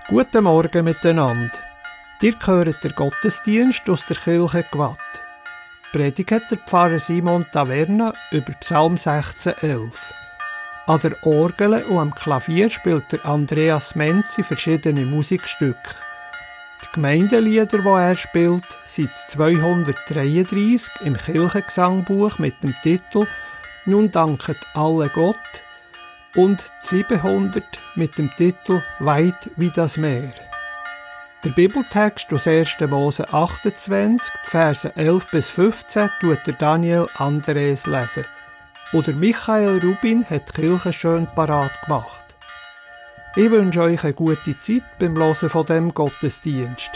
Guten Morgen miteinander. Ihr hört den Gottesdienst aus der Kirche Gwatt. Predigt hat der Pfarrer Simon Taverna über Psalm 16,11. An der Orgel und am Klavier spielt der Andreas Menzi verschiedene Musikstücke. Die Gemeindelieder, die er spielt, sind 233 im Kirchengesangbuch mit dem Titel «Nun danket alle Gott» und 700 mit dem Titel «Weit wie das Meer». Der Bibeltext aus 1. Mose 28, Verse 11 bis 15, tut der Daniel Andres lesen. Und der Michael Rubin hat die Kirche schön parat gemacht. Ich wünsche euch eine gute Zeit beim Hören von diesem Gottesdienst.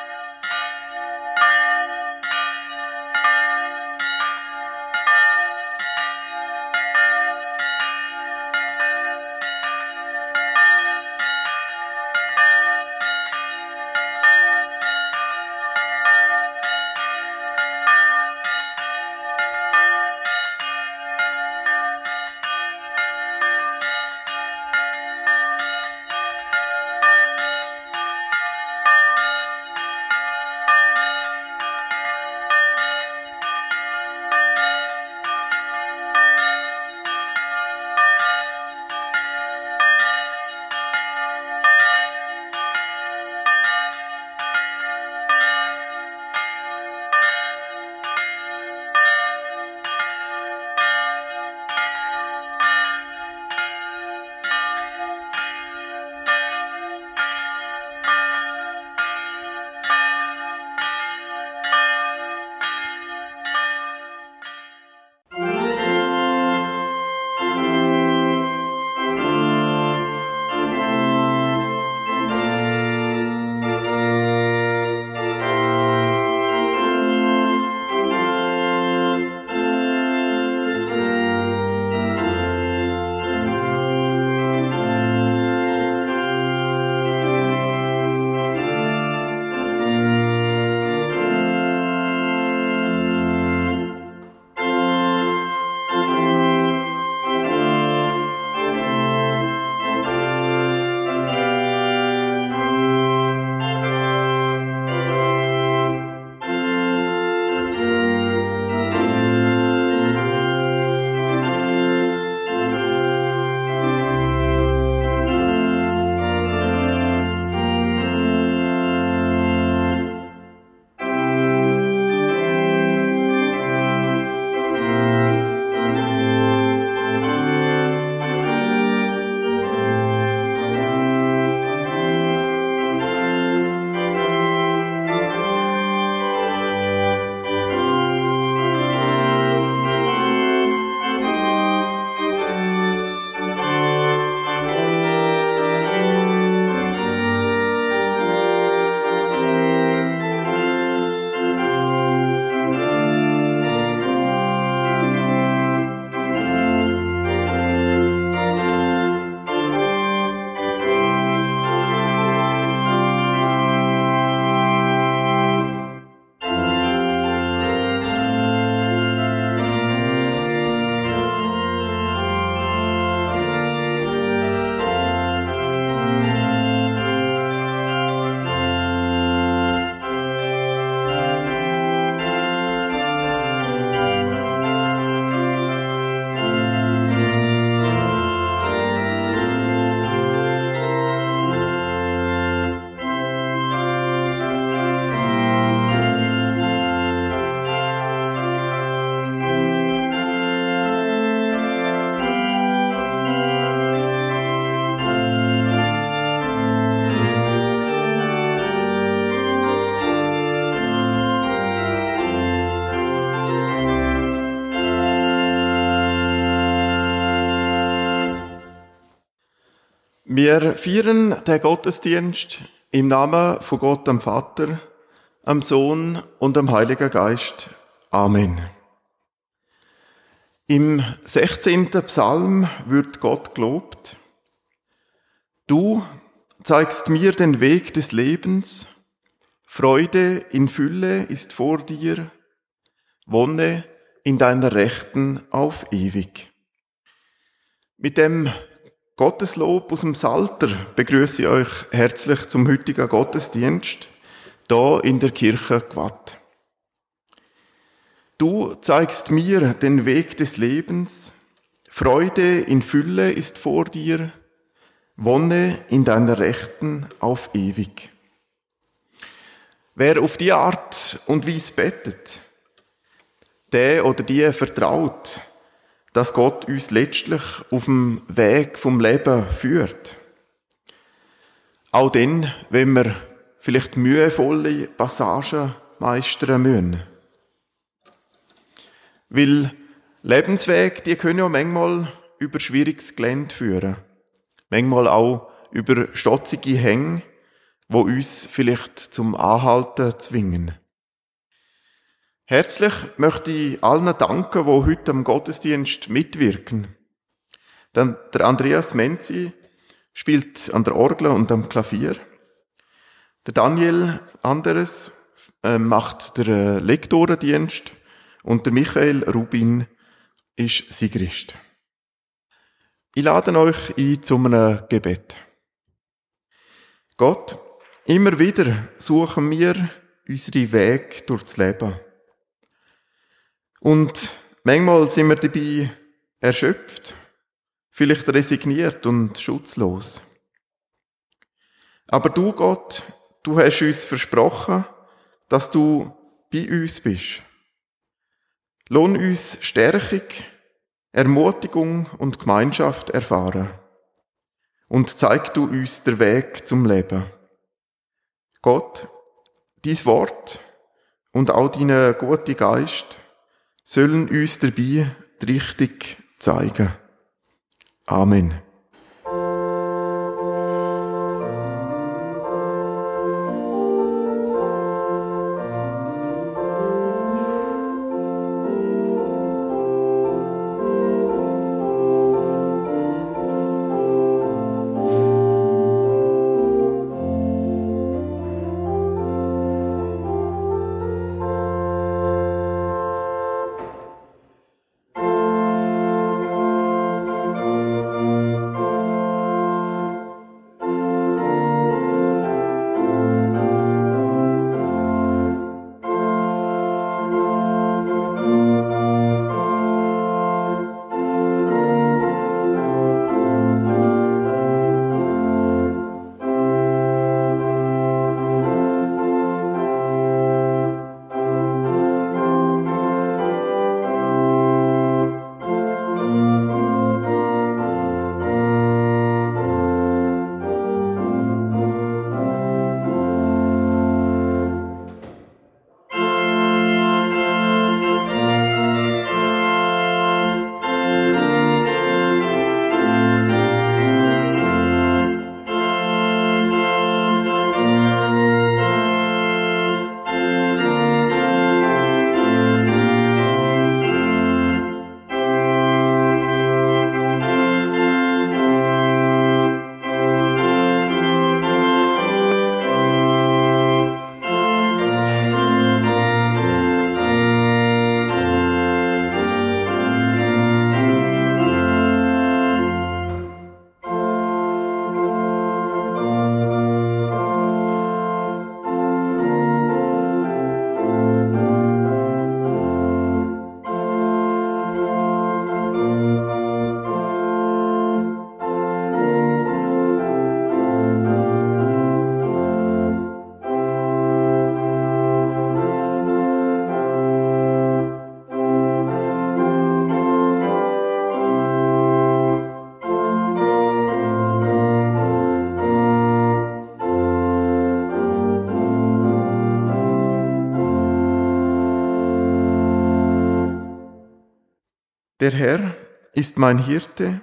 Wir feiern den Gottesdienst im Namen von Gott, dem Vater, dem Sohn und dem Heiligen Geist. Amen. Im 16. Psalm wird Gott gelobt. Du zeigst mir den Weg des Lebens, Freude in Fülle ist vor dir, Wonne in deiner Rechten auf ewig. Mit dem Gotteslob aus dem Psalter begrüße ich euch herzlich zum heutigen Gottesdienst hier in der Kirche Gwatt. Du zeigst mir den Weg des Lebens, Freude in Fülle ist vor dir, Wonne in deiner Rechten auf ewig. Wer auf die Art und Weise bettet, der oder die vertraut, dass Gott uns letztlich auf dem Weg vom Leben führt. Auch dann, wenn wir vielleicht mühevolle Passagen meistern müssen. Weil Lebenswege, die können ja manchmal über schwieriges Gelände führen. Manchmal auch über stotzige Hänge, wo uns vielleicht zum Anhalten zwingen. Herzlich möchte ich allen danken, die heute am Gottesdienst mitwirken. Dann der Andreas Menzi spielt an der Orgel und am Klavier. Der Daniel Anderes macht den Lektorendienst und der Michael Rubin ist Sigrist. Ich lade euch ein zu einem Gebet. Gott, immer wieder suchen wir unsere Wege durchs Leben. Und manchmal sind wir dabei erschöpft, vielleicht resigniert und schutzlos. Aber du, Gott, du hast uns versprochen, dass du bei uns bist. Lohn uns Stärkung, Ermutigung und Gemeinschaft erfahren. Und zeig du uns den Weg zum Leben. Gott, dein Wort und auch dein guter Geist sollen uns dabei die Richtung zeigen. Amen. Der Herr ist mein Hirte,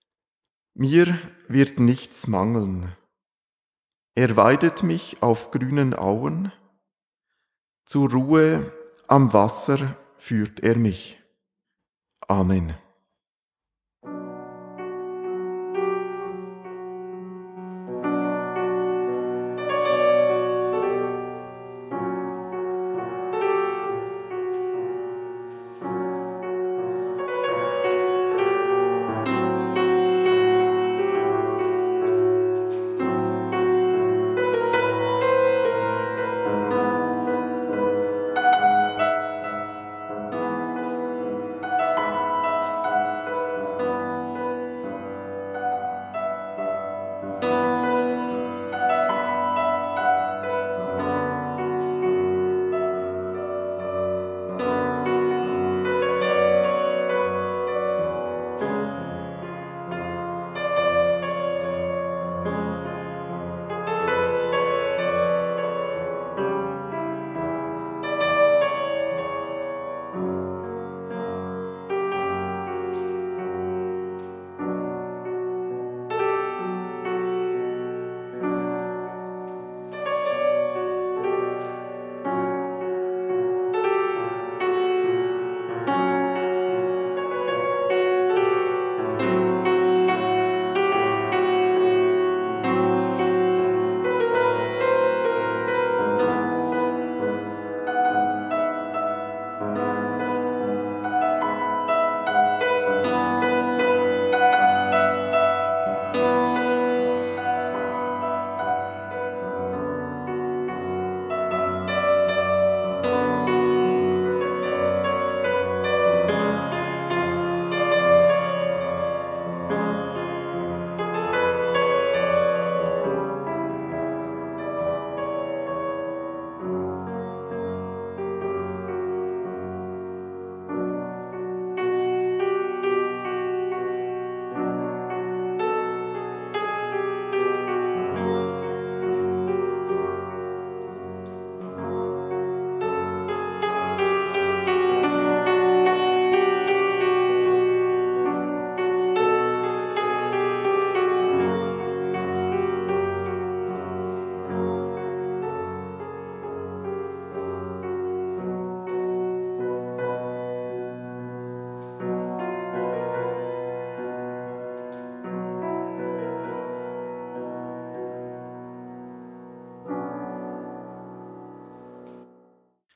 mir wird nichts mangeln. Er weidet mich auf grünen Auen, zur Ruhe am Wasser führt er mich. Amen.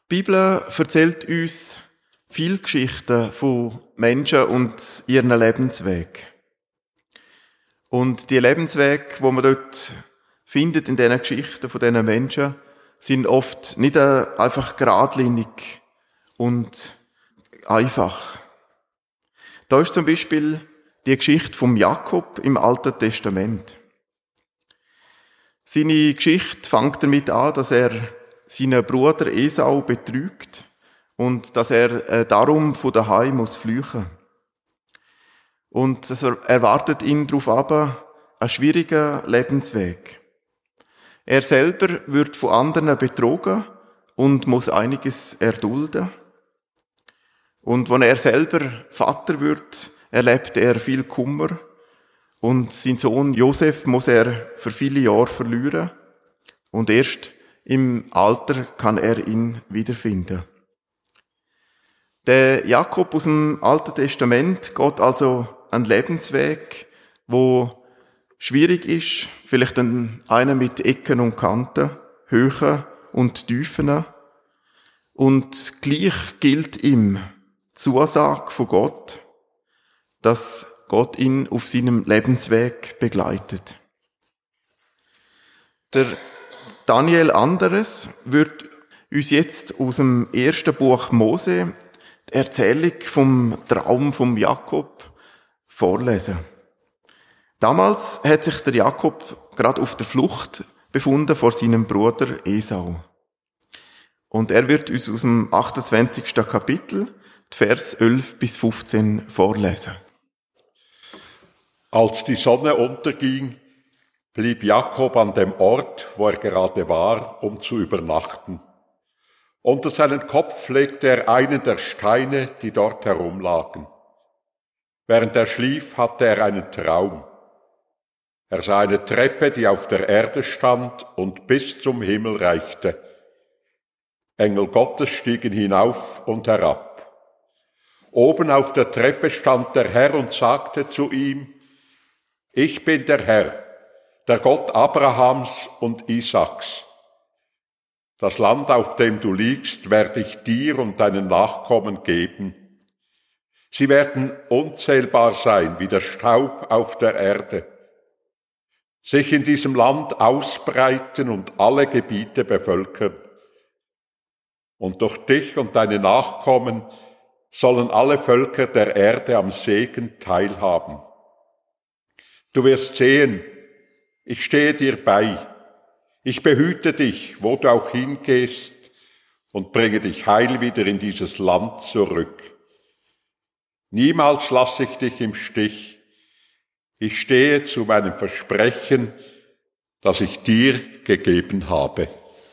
Die Bibel erzählt uns viele Geschichten von Menschen und ihren Lebensweg. Und die Lebenswege, die man dort findet in diesen Geschichten von diesen Menschen, sind oft nicht einfach geradlinig und einfach. Da ist zum Beispiel die Geschichte vom Jakob im Alten Testament. Seine Geschichte fängt damit an, dass er seinen Bruder Esau betrügt und dass er darum von daheim muss flüchten. Und es erwartet ihn darauf ab, ein schwieriger Lebensweg. Er selber wird von anderen betrogen und muss einiges erdulden. Und wenn er selber Vater wird, erlebt er viel Kummer. Und sein Sohn Josef muss er für viele Jahre verlieren. Und erst im Alter kann er ihn wiederfinden. Der Jakob aus dem Alten Testament geht also einen Lebensweg, wo schwierig ist, vielleicht einer mit Ecken und Kanten, Höhen und Tiefen. Und gleich gilt ihm die Zusage von Gott, dass Gott ihn auf seinem Lebensweg begleitet. Der Daniel Anderes wird uns jetzt aus dem ersten Buch Mose die Erzählung vom Traum vom Jakob vorlesen. Damals hat sich der Jakob gerade auf der Flucht befunden vor seinem Bruder Esau. Und er wird uns aus dem 28. Kapitel, die Vers 11 bis 15 vorlesen. Als die Sonne unterging, blieb Jakob an dem Ort, wo er gerade war, um zu übernachten. Unter seinen Kopf legte er einen der Steine, die dort herumlagen. Während er schlief, hatte er einen Traum. Er sah eine Treppe, die auf der Erde stand und bis zum Himmel reichte. Engel Gottes stiegen hinauf und herab. Oben auf der Treppe stand der Herr und sagte zu ihm: Ich bin der Herr, der Gott Abrahams und Isaaks. Das Land, auf dem du liegst, werde ich dir und deinen Nachkommen geben. Sie werden unzählbar sein wie der Staub auf der Erde, sich in diesem Land ausbreiten und alle Gebiete bevölkern. Und durch dich und deine Nachkommen sollen alle Völker der Erde am Segen teilhaben. Du wirst sehen, ich stehe dir bei. Ich behüte dich, wo du auch hingehst, und bringe dich heil wieder in dieses Land zurück. Niemals lasse ich dich im Stich. Ich stehe zu meinem Versprechen, das ich dir gegeben habe.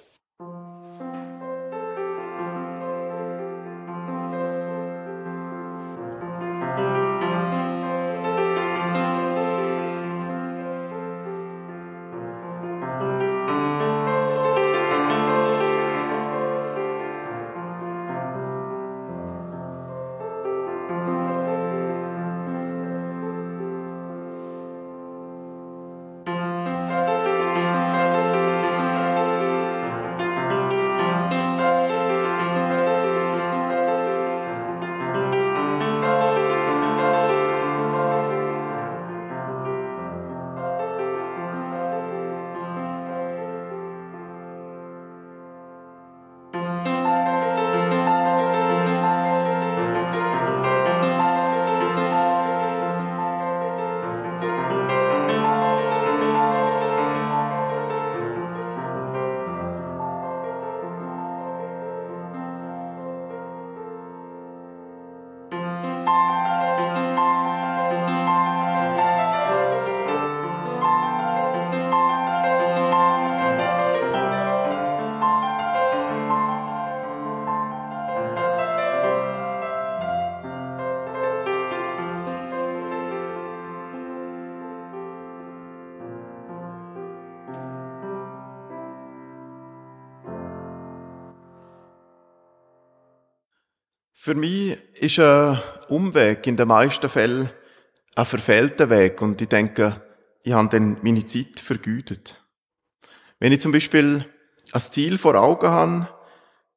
Für mich ist ein Umweg in den meisten Fällen ein verfehlter Weg und ich denke, ich habe dann meine Zeit vergeudet. Wenn ich zum Beispiel ein Ziel vor Augen habe,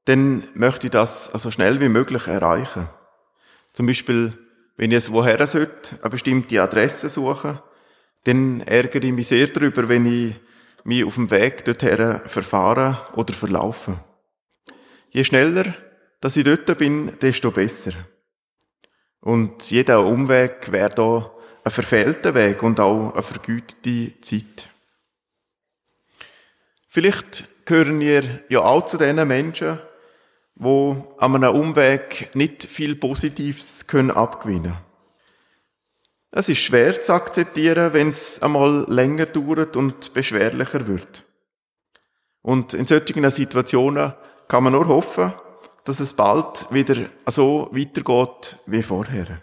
dann möchte ich das so schnell wie möglich erreichen. Zum Beispiel, wenn ich es woher sollte, eine bestimmte Adresse suchen, dann ärgere ich mich sehr darüber, wenn ich mich auf dem Weg dorthin verfahren oder verlaufe. Je schneller, dass ich dort bin, desto besser. Und jeder Umweg wäre da ein verfehlter Weg und auch eine vergütete Zeit. Vielleicht gehören ihr ja auch zu den Menschen, die an einem Umweg nicht viel Positives abgewinnen können. Es ist schwer zu akzeptieren, wenn es einmal länger dauert und beschwerlicher wird. Und in solchen Situationen kann man nur hoffen, dass es bald wieder so weitergeht wie vorher.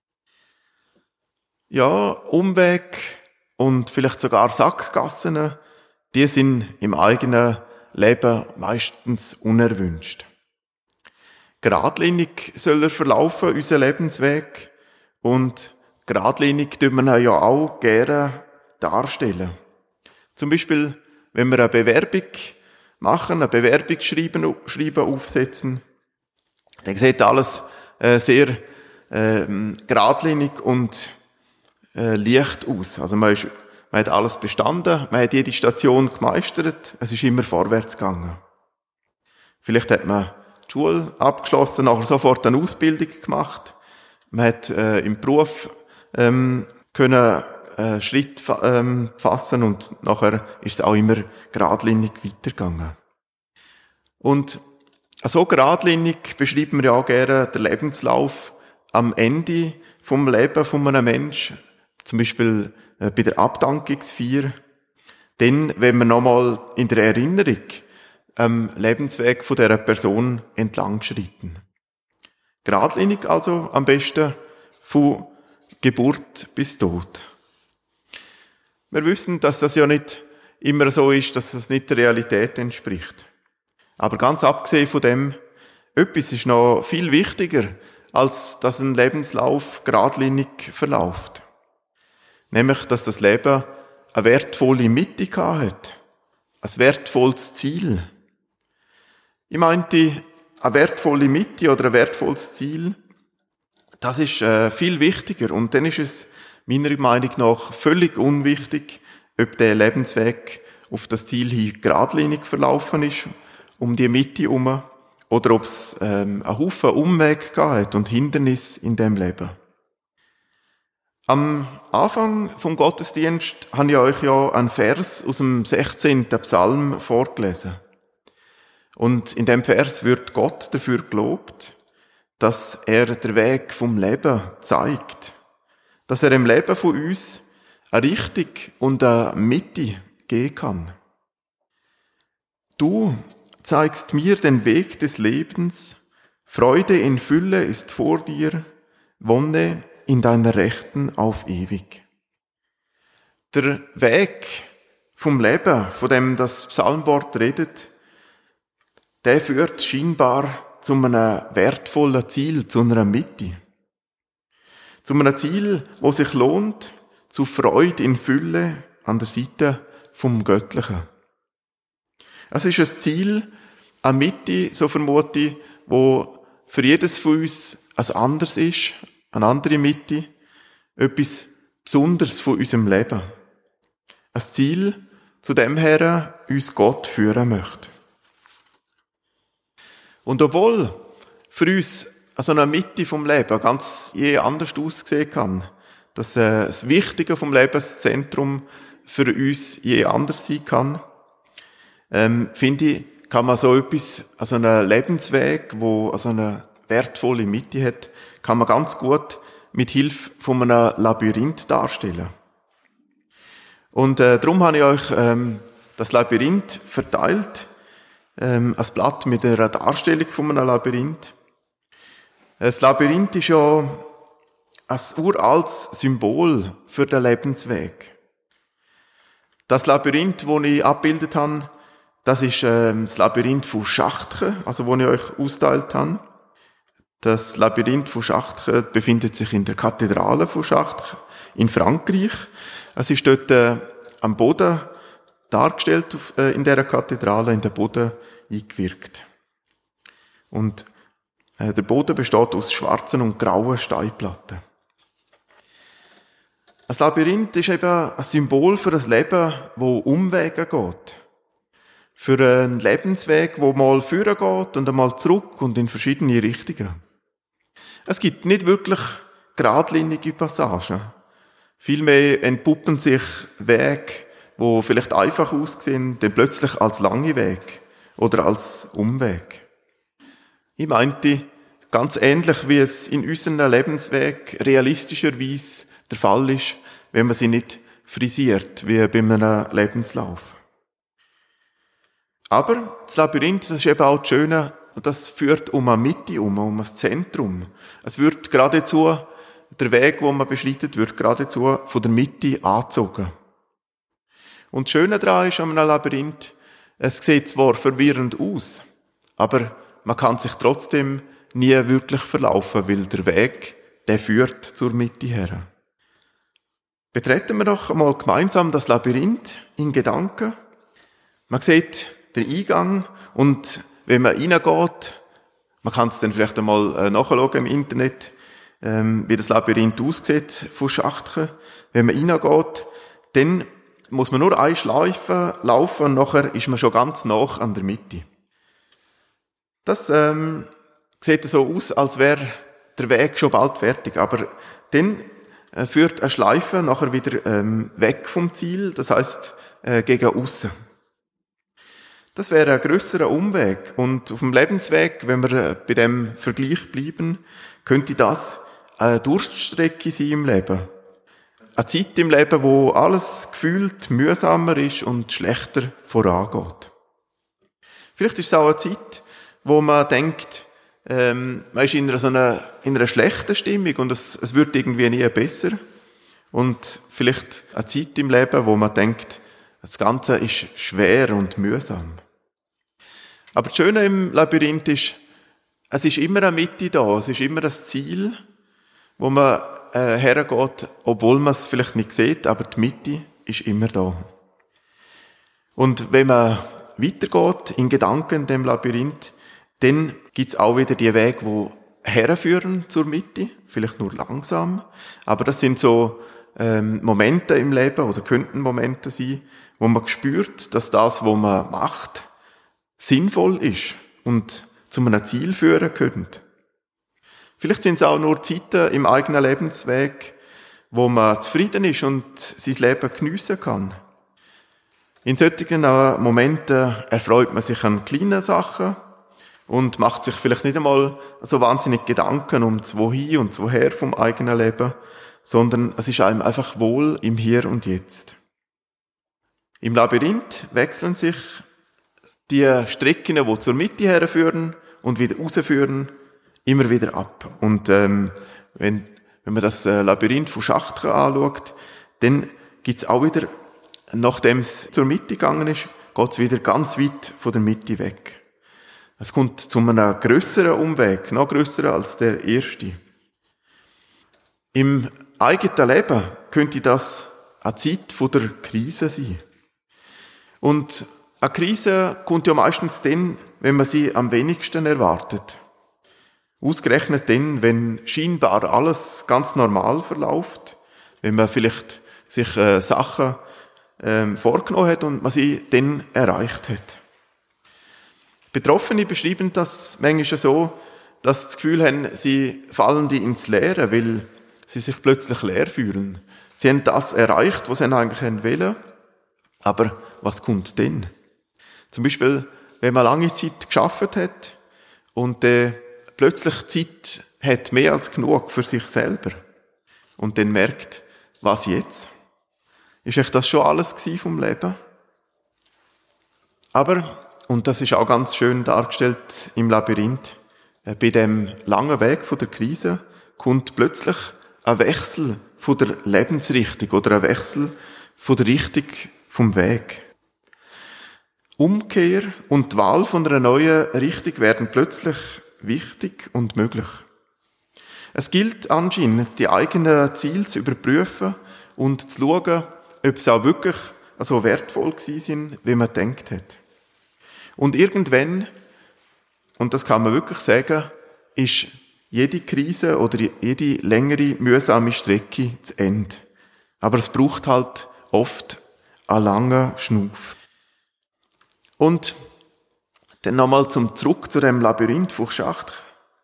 Ja, Umweg und vielleicht sogar Sackgassen, die sind im eigenen Leben meistens unerwünscht. Geradlinig soll er verlaufen, unser Lebensweg, und geradlinig tun wir ihn ja auch gerne darstellen. Zum Beispiel, wenn wir eine Bewerbung machen, eine Bewerbungsschreiben aufsetzen, dann sieht alles sehr geradlinig und leicht aus. Also man hat alles bestanden, man hat jede Station gemeistert, es ist immer vorwärts gegangen. Vielleicht hat man die Schule abgeschlossen, nachher sofort eine Ausbildung gemacht. Man hat im Beruf können Schritt fassen und nachher ist es auch immer geradlinig weitergegangen. Und so geradlinig beschreibt man ja auch gerne den Lebenslauf am Ende vom Leben von einem Menschen, zum Beispiel bei der Abdankungsfeier. Denn wenn wir nochmal in der Erinnerung am Lebensweg von dieser Person entlang schreiten. Geradlinig also am besten von Geburt bis Tod. Wir wissen, dass das ja nicht immer so ist, dass das nicht der Realität entspricht. Aber ganz abgesehen von dem, etwas ist noch viel wichtiger, als dass ein Lebenslauf geradlinig verläuft. Nämlich, dass das Leben eine wertvolle Mitte hat. Ein wertvolles Ziel. Ich meinte, eine wertvolle Mitte oder ein wertvolles Ziel, das ist viel wichtiger. Und dann ist es meiner Meinung nach völlig unwichtig, ob der Lebensweg auf das Ziel hin geradlinig verlaufen ist, um die Mitte herum, oder ob es einen Haufen Umweg gab und Hindernisse in dem Leben. Am Anfang vom Gottesdienst habe ich euch ja einen Vers aus dem 16. Psalm vorgelesen. Und in dem Vers wird Gott dafür gelobt, dass er den Weg vom Leben zeigt. Dass er im Leben von uns eine Richtung und eine Mitte geben kann. Du zeigst mir den Weg des Lebens, Freude in Fülle ist vor dir, Wonne in deiner Rechten auf ewig. Der Weg vom Leben, von dem das Psalmwort redet, der führt scheinbar zu einem wertvollen Ziel, zu einer Mitte. Zu einem Ziel, wo sich lohnt, zu Freude in Fülle an der Seite vom Göttlichen. Es ist ein Ziel, eine Mitte, so vermute ich, wo für jedes von uns ein anderes ist, eine andere Mitte, etwas Besonderes von unserem Leben. Ein Ziel, zu dem her uns Gott führen möchte. Und obwohl für uns so eine Mitte vom Leben ganz je anders aussehen kann, dass das Wichtige vom Lebenszentrum für uns je anders sein kann, finde ich, kann man so etwas, also einen Lebensweg, wo so eine wertvolle Mitte hat, kann man ganz gut mit Hilfe von einem Labyrinth darstellen. Und darum habe ich euch das Labyrinth verteilt, ein Blatt mit einer Darstellung von einem Labyrinth. Das Labyrinth ist ja ein uraltes Symbol für den Lebensweg. Das Labyrinth, das ich abgebildet habe, das ist das Labyrinth von Schachtke, also das ich euch ausgeteilt habe. Das Labyrinth von Schachtke befindet sich in der Kathedrale von Schachtke in Frankreich. Es ist dort am Boden dargestellt, in dieser Kathedrale, in den Boden eingewirkt. Und der Boden besteht aus schwarzen und grauen Steinplatten. Ein Labyrinth ist eben ein Symbol für ein Leben, das Umwege geht. Für einen Lebensweg, der mal vorwärts geht und einmal zurück und in verschiedene Richtungen. Es gibt nicht wirklich geradlinige Passagen. Vielmehr entpuppen sich Wege, die vielleicht einfach aussehen, dann plötzlich als lange Weg oder als Umweg. Ich meinte, ganz ähnlich wie es in unserem Lebensweg realistischerweise der Fall ist, wenn man sie nicht frisiert, wie bei einem Lebenslauf. Aber das Labyrinth, das ist eben auch das Schöne, das führt um eine Mitte, um ein Zentrum. Es wird geradezu, der Weg, den man beschreitet, wird geradezu von der Mitte angezogen. Und das Schöne daran ist an einem Labyrinth, es sieht zwar verwirrend aus, aber man kann sich trotzdem nie wirklich verlaufen, weil der Weg, der führt zur Mitte her. Betreten wir doch einmal gemeinsam das Labyrinth in Gedanken. Man sieht den Eingang und wenn man reingeht, man kann es dann vielleicht einmal nachschauen im Internet, wie das Labyrinth aussieht von Schachtchen. Wenn man reingeht, dann muss man nur eine Schleife laufen und nachher ist man schon ganz nah an der Mitte. Das sieht so aus, als wäre der Weg schon bald fertig, aber dann führt eine Schleife nachher wieder weg vom Ziel, das heisst gegen aussen. Das wäre ein grösserer Umweg und auf dem Lebensweg, wenn wir bei dem Vergleich bleiben, könnte das eine Durststrecke sein im Leben. Eine Zeit im Leben, wo alles gefühlt mühsamer ist und schlechter vorangeht. Vielleicht ist es auch eine Zeit, wo man denkt, man ist in einer schlechten Stimmung und es wird irgendwie nie besser. Und vielleicht eine Zeit im Leben, wo man denkt, das Ganze ist schwer und mühsam. Aber das Schöne im Labyrinth ist, es ist immer eine Mitte da, es ist immer ein Ziel, wo man hergeht, obwohl man es vielleicht nicht sieht, aber die Mitte ist immer da. Und wenn man weitergeht in Gedanken in dem Labyrinth, dann gibt's auch wieder die Wege, die herführen zur Mitte, vielleicht nur langsam, aber das sind so Momente im Leben oder könnten Momente sein, wo man spürt, dass das, was man macht, sinnvoll ist und zu einem Ziel führen könnte. Vielleicht sind es auch nur Zeiten im eigenen Lebensweg, wo man zufrieden ist und sein Leben geniessen kann. In solchen Momenten erfreut man sich an kleinen Sachen und macht sich vielleicht nicht einmal so wahnsinnig Gedanken um das Wohin und das Woher vom eigenen Leben, sondern es ist einem einfach wohl im Hier und Jetzt. Im Labyrinth wechseln sich die Strecken, die zur Mitte herführen und wieder rausführen, immer wieder ab. Und wenn man das Labyrinth von Schachtchen anschaut, dann gibt's auch wieder, nachdem es zur Mitte gegangen ist, geht's wieder ganz weit von der Mitte weg. Es kommt zu einem grösseren Umweg, noch grösser als der erste. Im eigenen Leben könnte das eine Zeit von der Krise sein. Und eine Krise kommt ja meistens dann, wenn man sie am wenigsten erwartet. Ausgerechnet dann, wenn scheinbar alles ganz normal verläuft, wenn man vielleicht sich Sachen vorgenommen hat und man sie dann erreicht hat. Betroffene beschreiben das manchmal so, dass sie das Gefühl haben, sie fallen ins Leere, weil sie sich plötzlich leer fühlen. Sie haben das erreicht, was sie eigentlich wollen, aber was kommt denn? Zum Beispiel, wenn man lange Zeit gearbeitet hat und plötzlich Zeit hat mehr als genug für sich selber und dann merkt, was jetzt? Ist euch das schon alles vom Leben? Aber, und das ist auch ganz schön dargestellt im Labyrinth, bei dem langen Weg von der Krise kommt plötzlich ein Wechsel von der Lebensrichtung oder ein Wechsel von der Richtung vom Weg. Umkehr und die Wahl von einer neuen Richtung werden plötzlich wichtig und möglich. Es gilt anscheinend, die eigenen Ziele zu überprüfen und zu schauen, ob sie auch wirklich so wertvoll gewesen sind, wie man gedacht hat. Und irgendwann und das kann man wirklich sagen, ist jede Krise oder jede längere, mühsame Strecke zu Ende. Aber es braucht halt oft einen langen Schnuff. Und dann nochmal zurück zu dem Labyrinth von Schacht.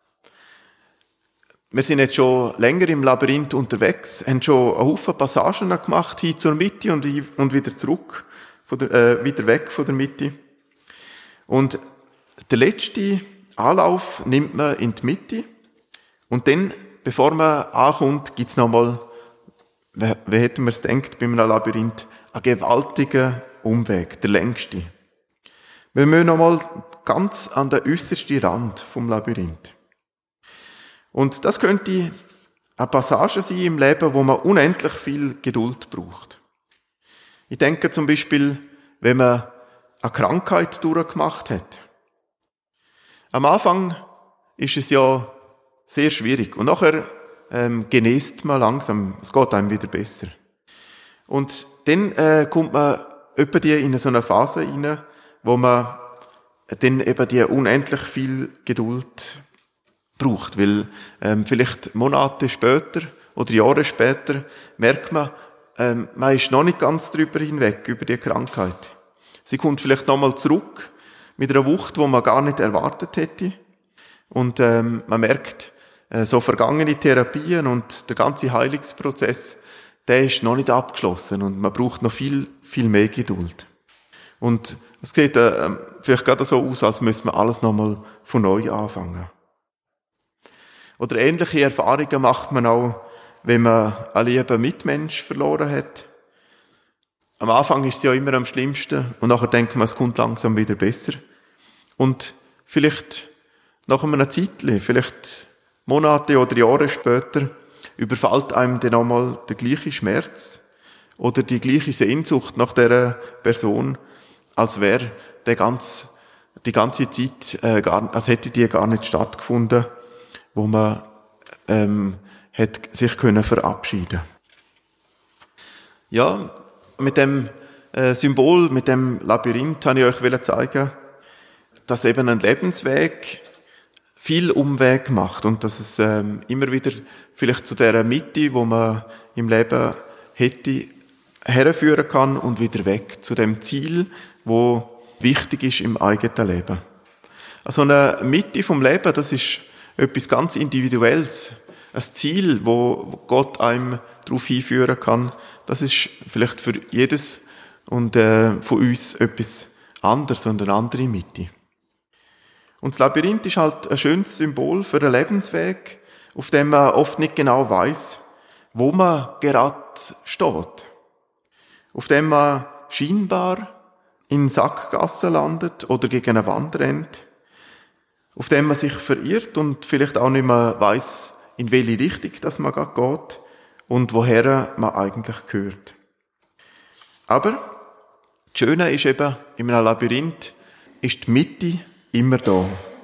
Wir sind jetzt schon länger im Labyrinth unterwegs, haben schon einen Haufen Passagen gemacht, hin zur Mitte und wieder zurück, wieder weg von der Mitte. Und der letzte Anlauf nimmt man in die Mitte. Und dann, bevor man ankommt, gibt's nochmal, wie hätten wir es gedacht, bei einem Labyrinth, einen gewaltigen Umweg, der längste. Wir müssen nochmal ganz an den äussersten Rand vom Labyrinth. Und das könnte eine Passage sein im Leben, wo man unendlich viel Geduld braucht. Ich denke zum Beispiel, wenn man eine Krankheit durchgemacht hat. Am Anfang ist es ja sehr schwierig. Und nachher genest man langsam. Es geht einem wieder besser. Und dann kommt man etwa in so eine Phase rein, wo man dann eben die unendlich viel Geduld braucht. Weil vielleicht Monate später oder Jahre später merkt man, man ist noch nicht ganz drüber hinweg, über die Krankheit. Sie kommt vielleicht nochmal zurück mit einer Wucht, die man gar nicht erwartet hätte. Und man merkt, so vergangene Therapien und der ganze Heilungsprozess, der ist noch nicht abgeschlossen und man braucht noch viel, viel mehr Geduld. Und es sieht vielleicht gerade so aus, als müsste man alles nochmal von neu anfangen. Oder ähnliche Erfahrungen macht man auch, wenn man einen lieben Mitmensch verloren hat. Am Anfang ist es ja immer am schlimmsten und nachher denkt man, es kommt langsam wieder besser. Und vielleicht nach einer Zeitchen, vielleicht Monate oder Jahre später, überfällt einem dann nochmal der gleiche Schmerz oder die gleiche Sehnsucht nach dieser Person, als wäre die ganze Zeit, als hätte die gar nicht stattgefunden, wo man hat sich können verabschieden. Ja, mit dem Symbol, mit dem Labyrinth, wollte ich euch zeigen, dass eben ein Lebensweg viel Umweg macht und dass es immer wieder vielleicht zu der Mitte, wo man im Leben hätte, herführen kann und wieder weg zu dem Ziel, wo wichtig ist im eigenen Leben. Also eine Mitte vom Leben, das ist etwas ganz Individuelles. Ein Ziel, wo Gott einem darauf hinführen kann, das ist vielleicht für jedes und von uns etwas anderes und eine andere Mitte. Und das Labyrinth ist halt ein schönes Symbol für einen Lebensweg, auf dem man oft nicht genau weiss, wo man gerade steht. Auf dem man scheinbar in Sackgassen landet oder gegen eine Wand rennt. Auf dem man sich verirrt und vielleicht auch nicht mehr weiss, in welche Richtung das man gerade geht und woher man eigentlich gehört. Aber das Schöne ist eben, in einem Labyrinth ist die Mitte immer da.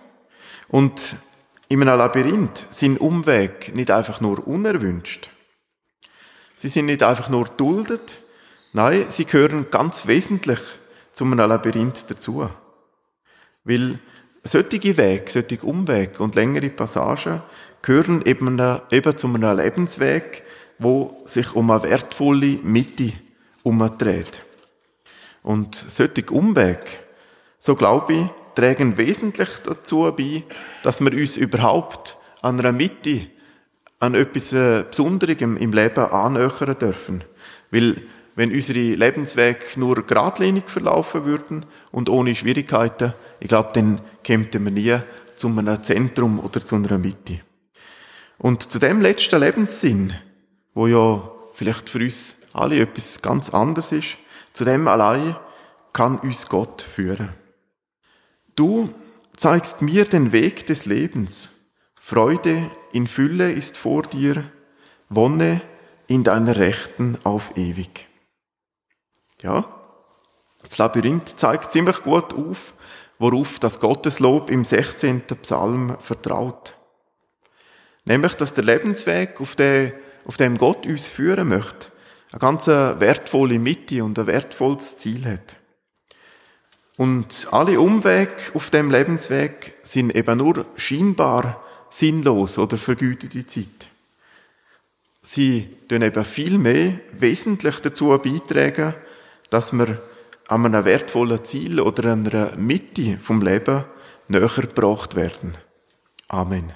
Und in einem Labyrinth sind Umwege nicht einfach nur unerwünscht. Sie sind nicht einfach nur duldet. Nein, sie gehören ganz wesentlich zu einem Labyrinth dazu. Weil solche Wege, solche Umwege und längere Passagen gehören eben zu einem Lebensweg, wo sich um eine wertvolle Mitte umdreht. Und solche Umwege, so glaube ich, tragen wesentlich dazu bei, dass wir uns überhaupt an einer Mitte, an etwas Besonderem im Leben annähern dürfen. Weil, wenn unsere Lebenswege nur geradlinig verlaufen würden und ohne Schwierigkeiten, ich glaube, dann kämen wir nie zu einem Zentrum oder zu einer Mitte. Und zu dem letzten Lebenssinn, wo ja vielleicht für uns alle etwas ganz anderes ist, zu dem allein kann uns Gott führen. Du zeigst mir den Weg des Lebens. Freude in Fülle ist vor dir, Wonne in deiner Rechten auf ewig. Ja, das Labyrinth zeigt ziemlich gut auf, worauf das Gotteslob im 16. Psalm vertraut. Nämlich, dass der Lebensweg, auf dem Gott uns führen möchte, eine ganz wertvolle Mitte und ein wertvolles Ziel hat. Und alle Umwege auf dem Lebensweg sind eben nur scheinbar sinnlos oder vergütete Zeit. Sie tun eben viel mehr wesentlich dazu beitragen, dass wir an einem wertvollen Ziel oder an einer Mitte vom Leben näher gebracht werden. Amen.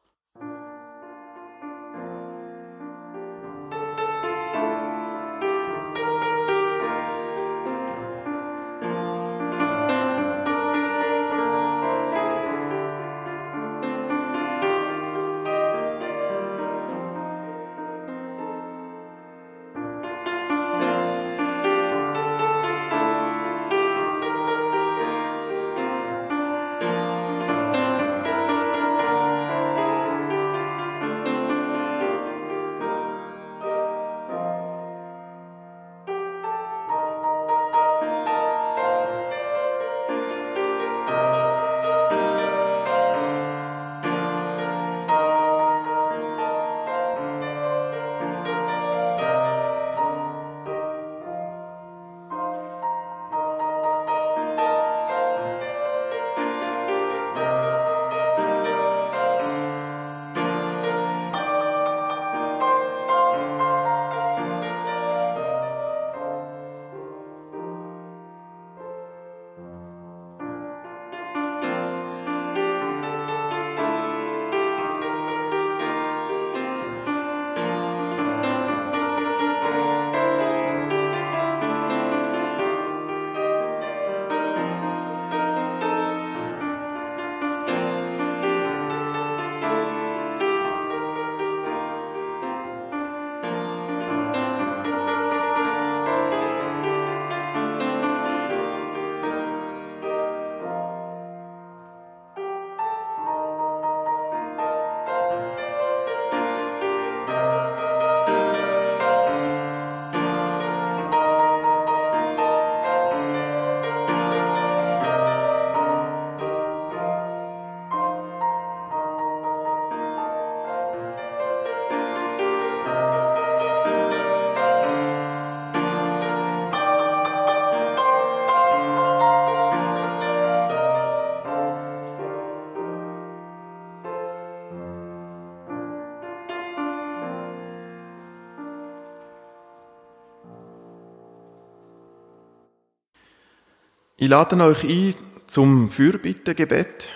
Ich lade euch ein zum Fürbittengebet.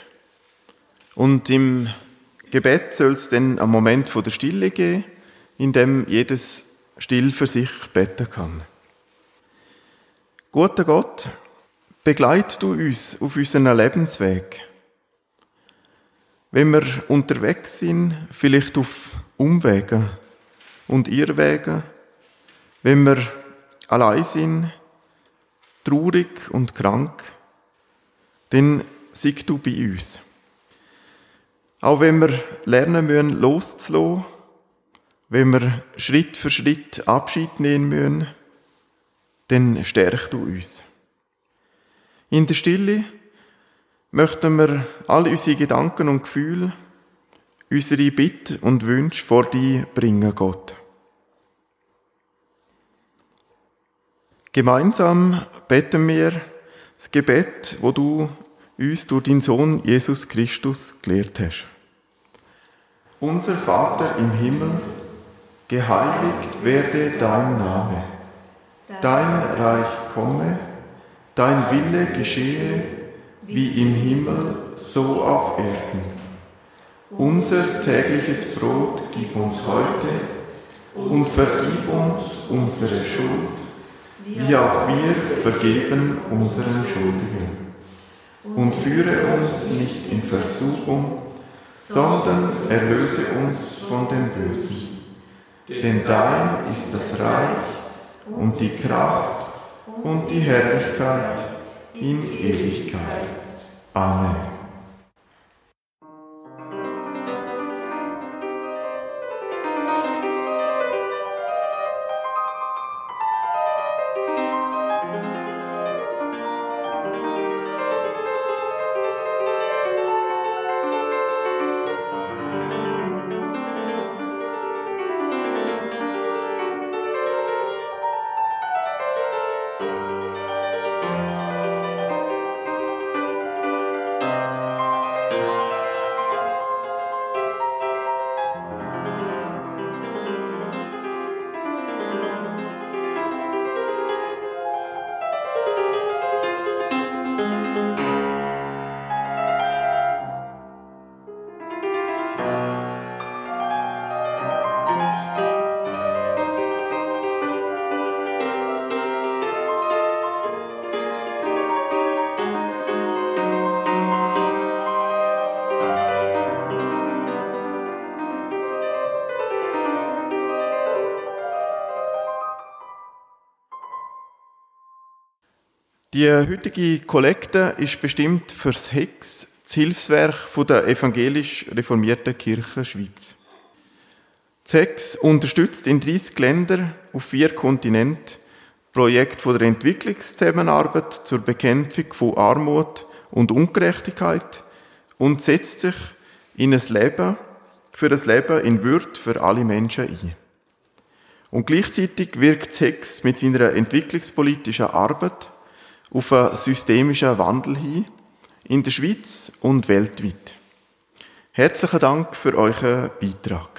Und im Gebet soll es dann einen Moment von der Stille geben, in dem jedes still für sich beten kann. Guter Gott, begleit du uns auf unserem Lebensweg. Wenn wir unterwegs sind, vielleicht auf Umwegen und Irrwegen, wenn wir allein sind, traurig und krank, dann sei du bei uns. Auch wenn wir lernen müssen, loszulassen, wenn wir Schritt für Schritt Abschied nehmen müssen, dann stärk du uns. In der Stille möchten wir all unsere Gedanken und Gefühle, unsere Bitten und Wünsche vor dir bringen, Gott. Gemeinsam beten wir das Gebet, wo du uns durch deinen Sohn Jesus Christus gelehrt hast. Unser Vater im Himmel, geheiligt werde dein Name. Dein Reich komme, dein Wille geschehe, wie im Himmel, so auf Erden. Unser tägliches Brot gib uns heute und vergib uns unsere Schuld, wie auch wir vergeben unseren Schuldigen. Und führe uns nicht in Versuchung, sondern erlöse uns von dem Bösen. Denn dein ist das Reich und die Kraft und die Herrlichkeit in Ewigkeit. Amen. Die heutige Kollekte ist bestimmt fürs HEX, das Hilfswerk der evangelisch reformierten Kirche Schweiz. Das HEX unterstützt in 30 Ländern auf 4 Kontinenten Projekte der Entwicklungszusammenarbeit zur Bekämpfung von Armut und Ungerechtigkeit und setzt sich für ein Leben in Würde für alle Menschen ein. Und gleichzeitig wirkt das HEX mit seiner entwicklungspolitischen Arbeit auf einen systemischen Wandel hin, in der Schweiz und weltweit. Herzlichen Dank für euren Beitrag.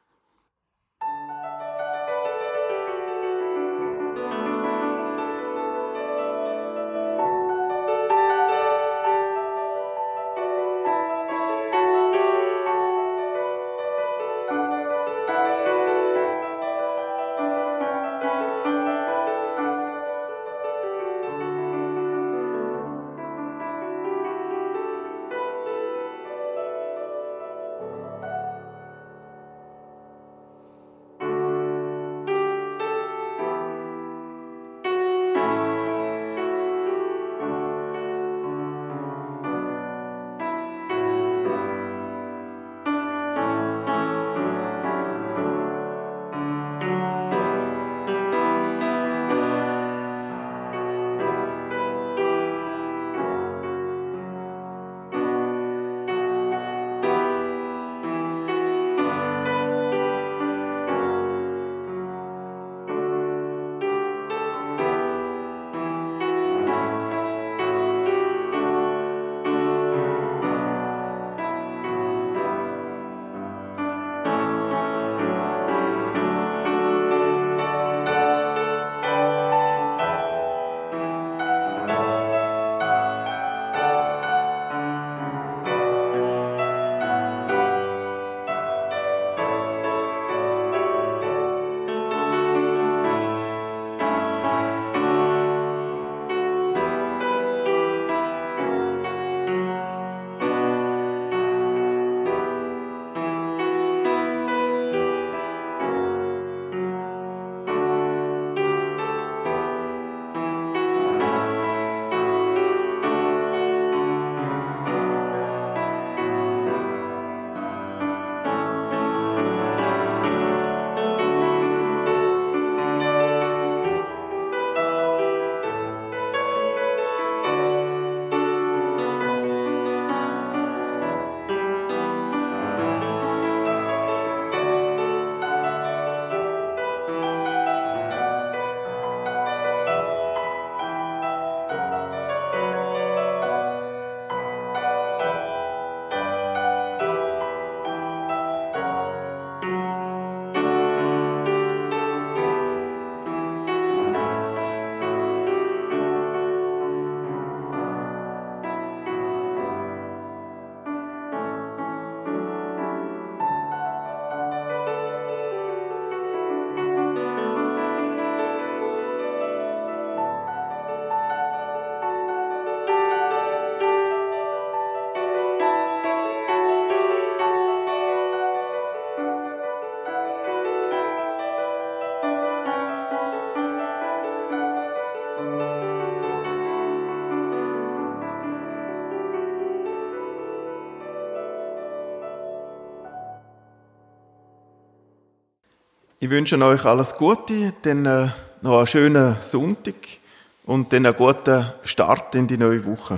Ich wünsche euch alles Gute, dann noch einen schönen Sonntag und dann einen guten Start in die neue Woche.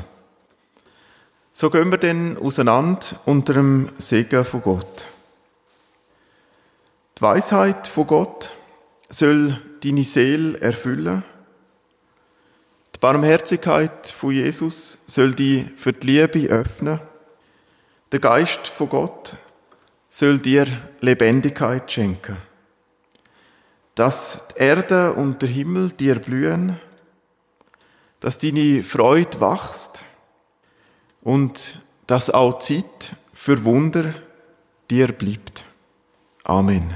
So gehen wir dann auseinander unter dem Segen von Gott. Die Weisheit von Gott soll deine Seele erfüllen. Die Barmherzigkeit von Jesus soll dich für die Liebe öffnen. Der Geist von Gott soll dir Lebendigkeit schenken. Dass die Erde und der Himmel dir blühen, dass deine Freude wächst und dass auch Zeit für Wunder dir bleibt. Amen.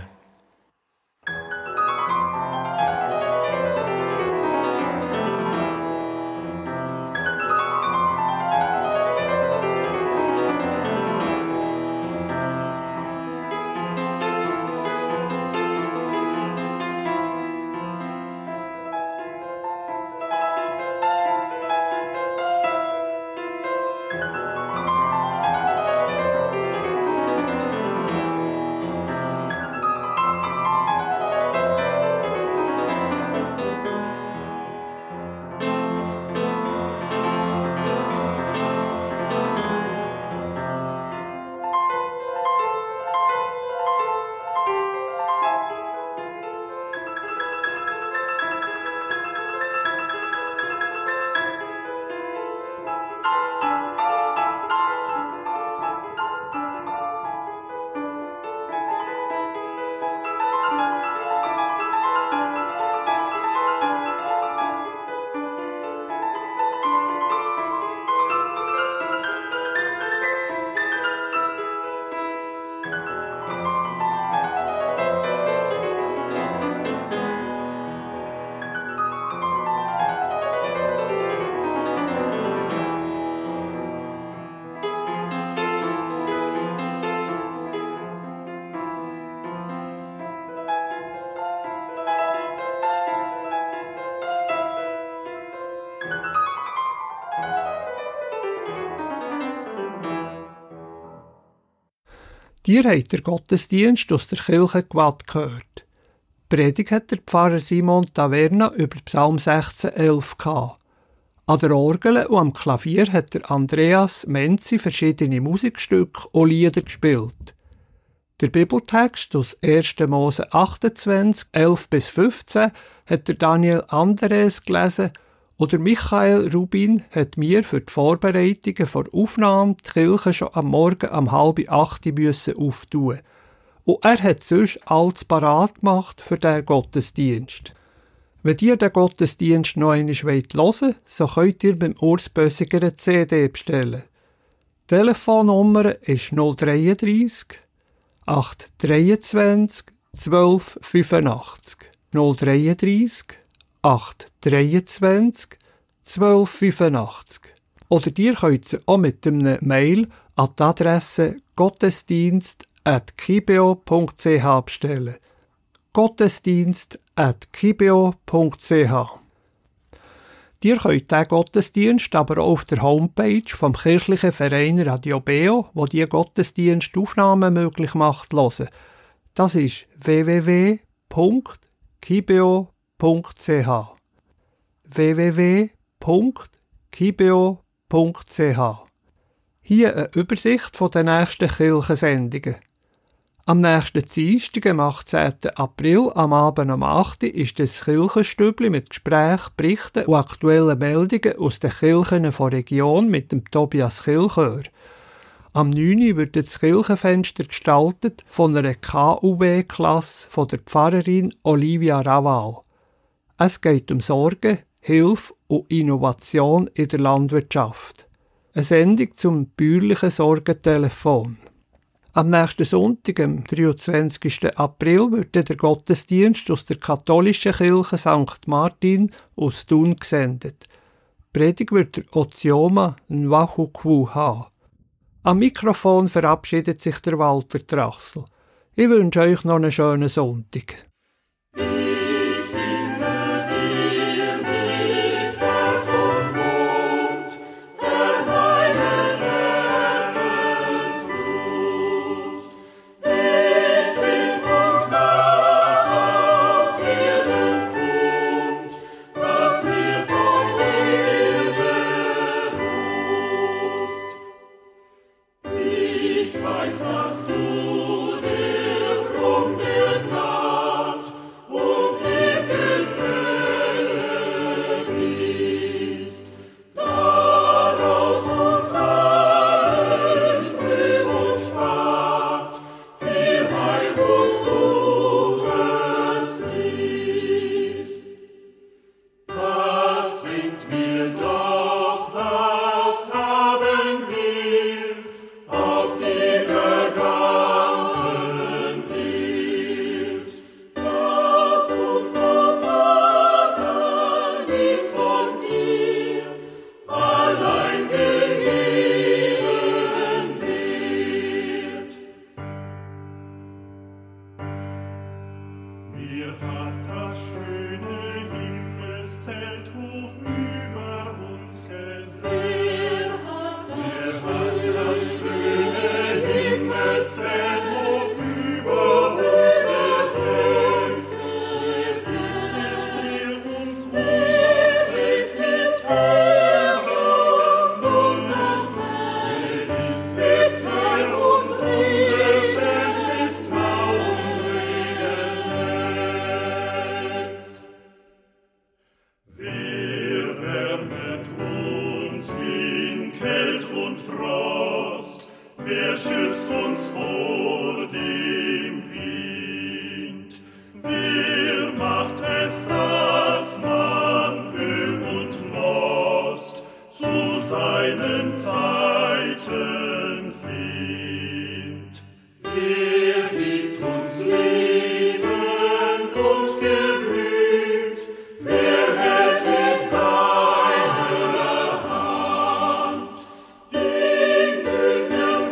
Ihr habt den Gottesdienst aus der Kirche Gwatt gehört. Predigt hat der Pfarrer Simon Taverna über Psalm 16,11 gehabt. An der Orgel und am Klavier hat der Andreas Menzi verschiedene Musikstücke und Lieder gespielt. Der Bibeltext aus 1. Mose 28, 11-15 hat der Daniel Andres gelesen und der Michael Rubin hat mir für die Vorbereitungen vor Aufnahme die Kirche schon am Morgen um 7:30 auftun. Und er hat sonst alles parat gemacht für den Gottesdienst. Wenn ihr den Gottesdienst noch einmal hören wollt, so könnt ihr beim Urs Bösiger eine CD bestellen. Die Telefonnummer ist 033 823 1285. 033 823 1285. Oder ihr könnt sie auch mit einem Mail an die Adresse gottesdienst@kibeo.ch bestellen. gottesdienst@kibeo.ch. Ihr könnt diesen Gottesdienst aber auch auf der Homepage vom kirchlichen Verein Radio Beo, wo die Gottesdienstaufnahmen möglich macht, hören. Das ist www.kibeo.ch. www.kibeo.ch. Hier eine Übersicht von den nächsten Kirchensendungen. Am nächsten Dienstag, am 18. April, am Abend um 8 Uhr, ist das Kirchenstübli mit Gesprächen, Berichten und aktuellen Meldungen aus den Kirchen der Region mit dem Tobias Kilchör. Am 9. Uhr wird das Kirchenfenster gestaltet von einer KUW-Klasse von der Pfarrerin Olivia Raval. Es geht um Sorge, Hilfe und Innovation in der Landwirtschaft. Eine Sendung zum bäuerlichen Sorgentelefon. Am nächsten Sonntag, am 23. April, wird der Gottesdienst aus der katholischen Kirche St. Martin aus Thun gesendet. Die Predigt wird der Ozioma Nwachukwu haben. Am Mikrofon verabschiedet sich der Walter Trachsel. Ich wünsche euch noch einen schönen Sonntag.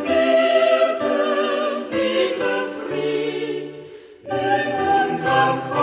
Some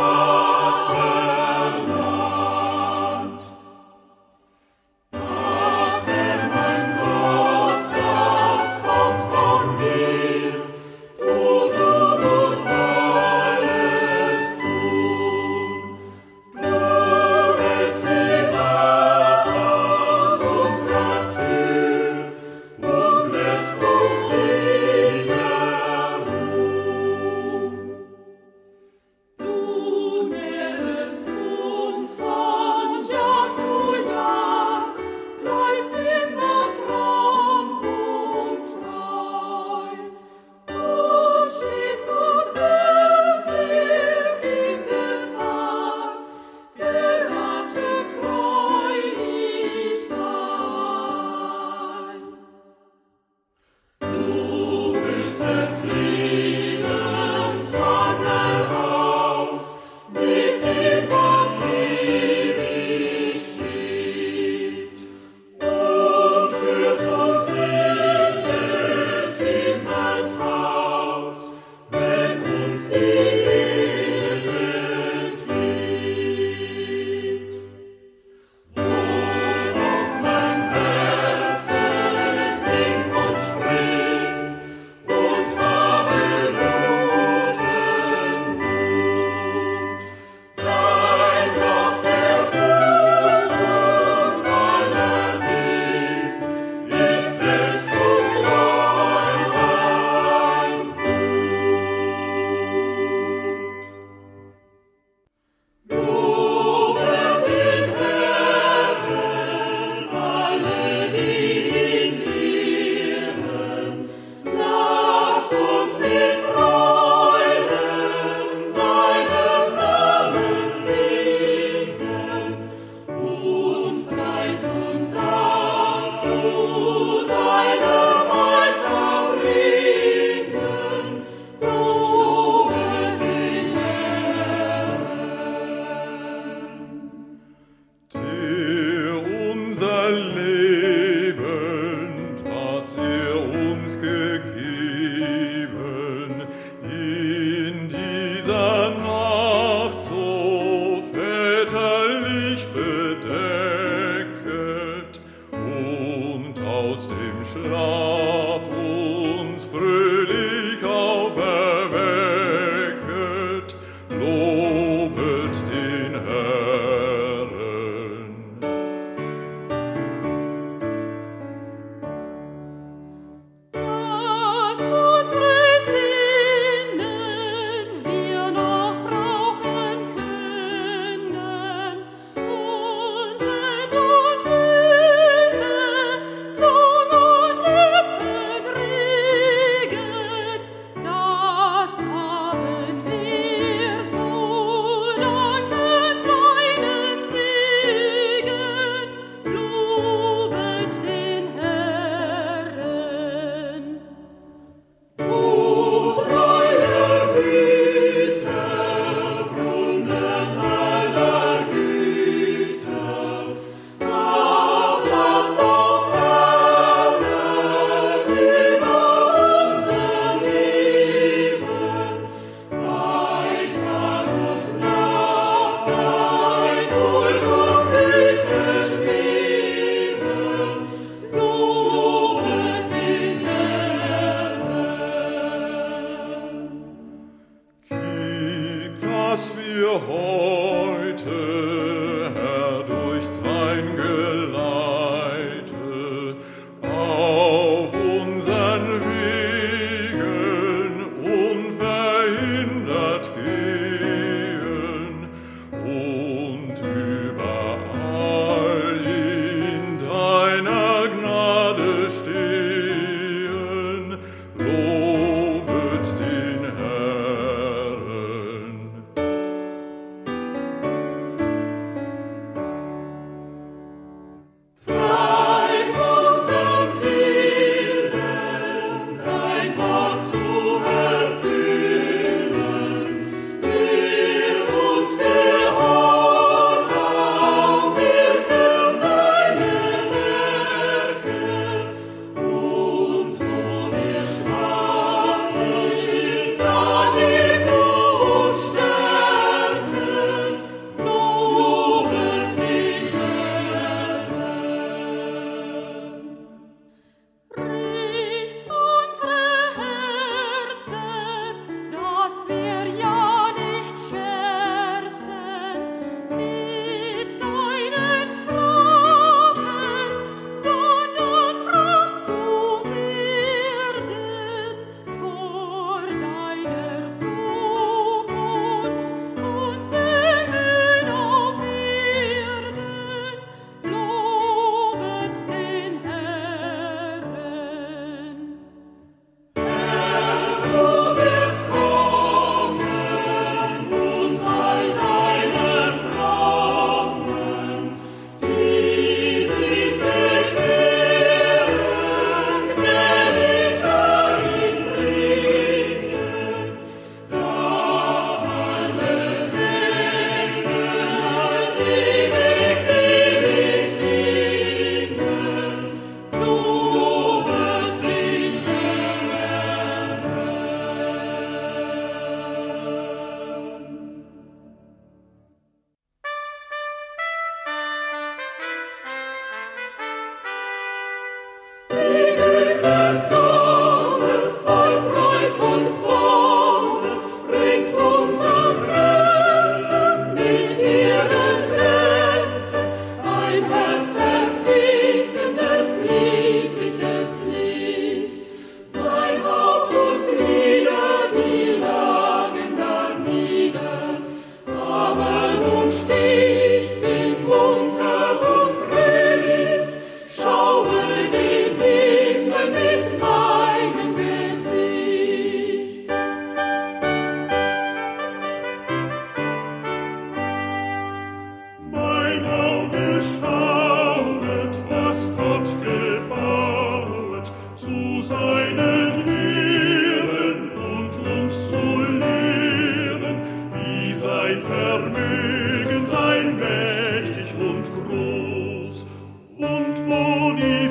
Vermögen sein mächtig und groß, und wo die